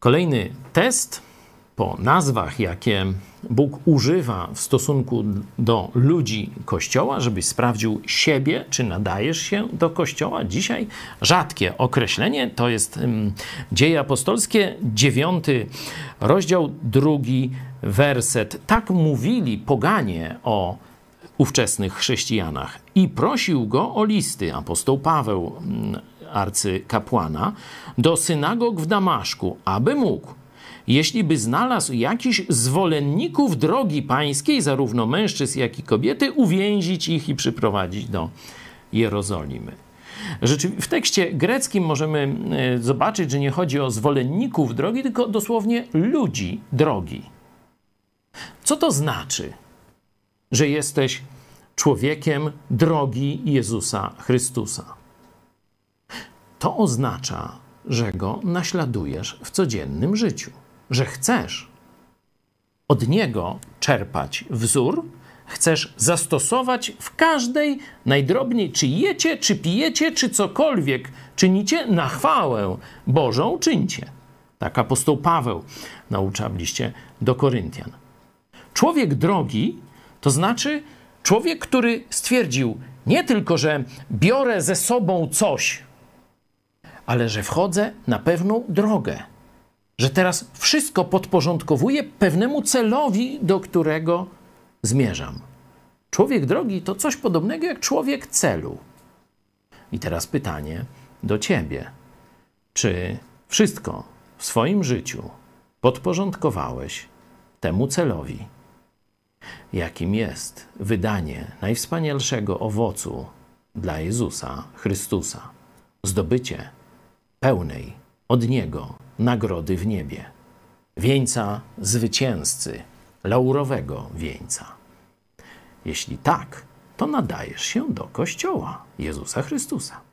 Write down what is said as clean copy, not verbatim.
Kolejny test po nazwach, jakie Bóg używa w stosunku do ludzi Kościoła, żebyś sprawdził siebie, czy nadajesz się do Kościoła. Dzisiaj rzadkie określenie, to jest Dzieje Apostolskie, 9 rozdział, 2 werset. Tak mówili poganie o ówczesnych chrześcijanach i prosił go o listy, apostoł Paweł, arcykapłana, do synagog w Damaszku, aby mógł, jeśli by znalazł jakichś zwolenników drogi pańskiej, zarówno mężczyzn, jak i kobiety, uwięzić ich i przyprowadzić do Jerozolimy. W tekście greckim możemy zobaczyć, że nie chodzi o zwolenników drogi, tylko dosłownie ludzi drogi. Co to znaczy, że jesteś człowiekiem drogi Jezusa Chrystusa? To oznacza, że Go naśladujesz w codziennym życiu, że chcesz od Niego czerpać wzór, chcesz zastosować w każdej najdrobniej, czy jecie, czy pijecie, czy cokolwiek czynicie, na chwałę Bożą czyńcie. Tak apostoł Paweł naucza w liście do Koryntian. Człowiek drogi to znaczy człowiek, który stwierdził nie tylko, że biorę ze sobą coś, ale że wchodzę na pewną drogę, że teraz wszystko podporządkowuję pewnemu celowi, do którego zmierzam. Człowiek drogi to coś podobnego jak człowiek celu. I teraz pytanie do ciebie. Czy wszystko w swoim życiu podporządkowałeś temu celowi, jakim jest wydanie najwspanialszego owocu dla Jezusa Chrystusa, zdobycie pełnej od Niego nagrody w niebie, wieńca zwycięzcy, laurowego wieńca? Jeśli tak, to nadajesz się do Kościoła Jezusa Chrystusa.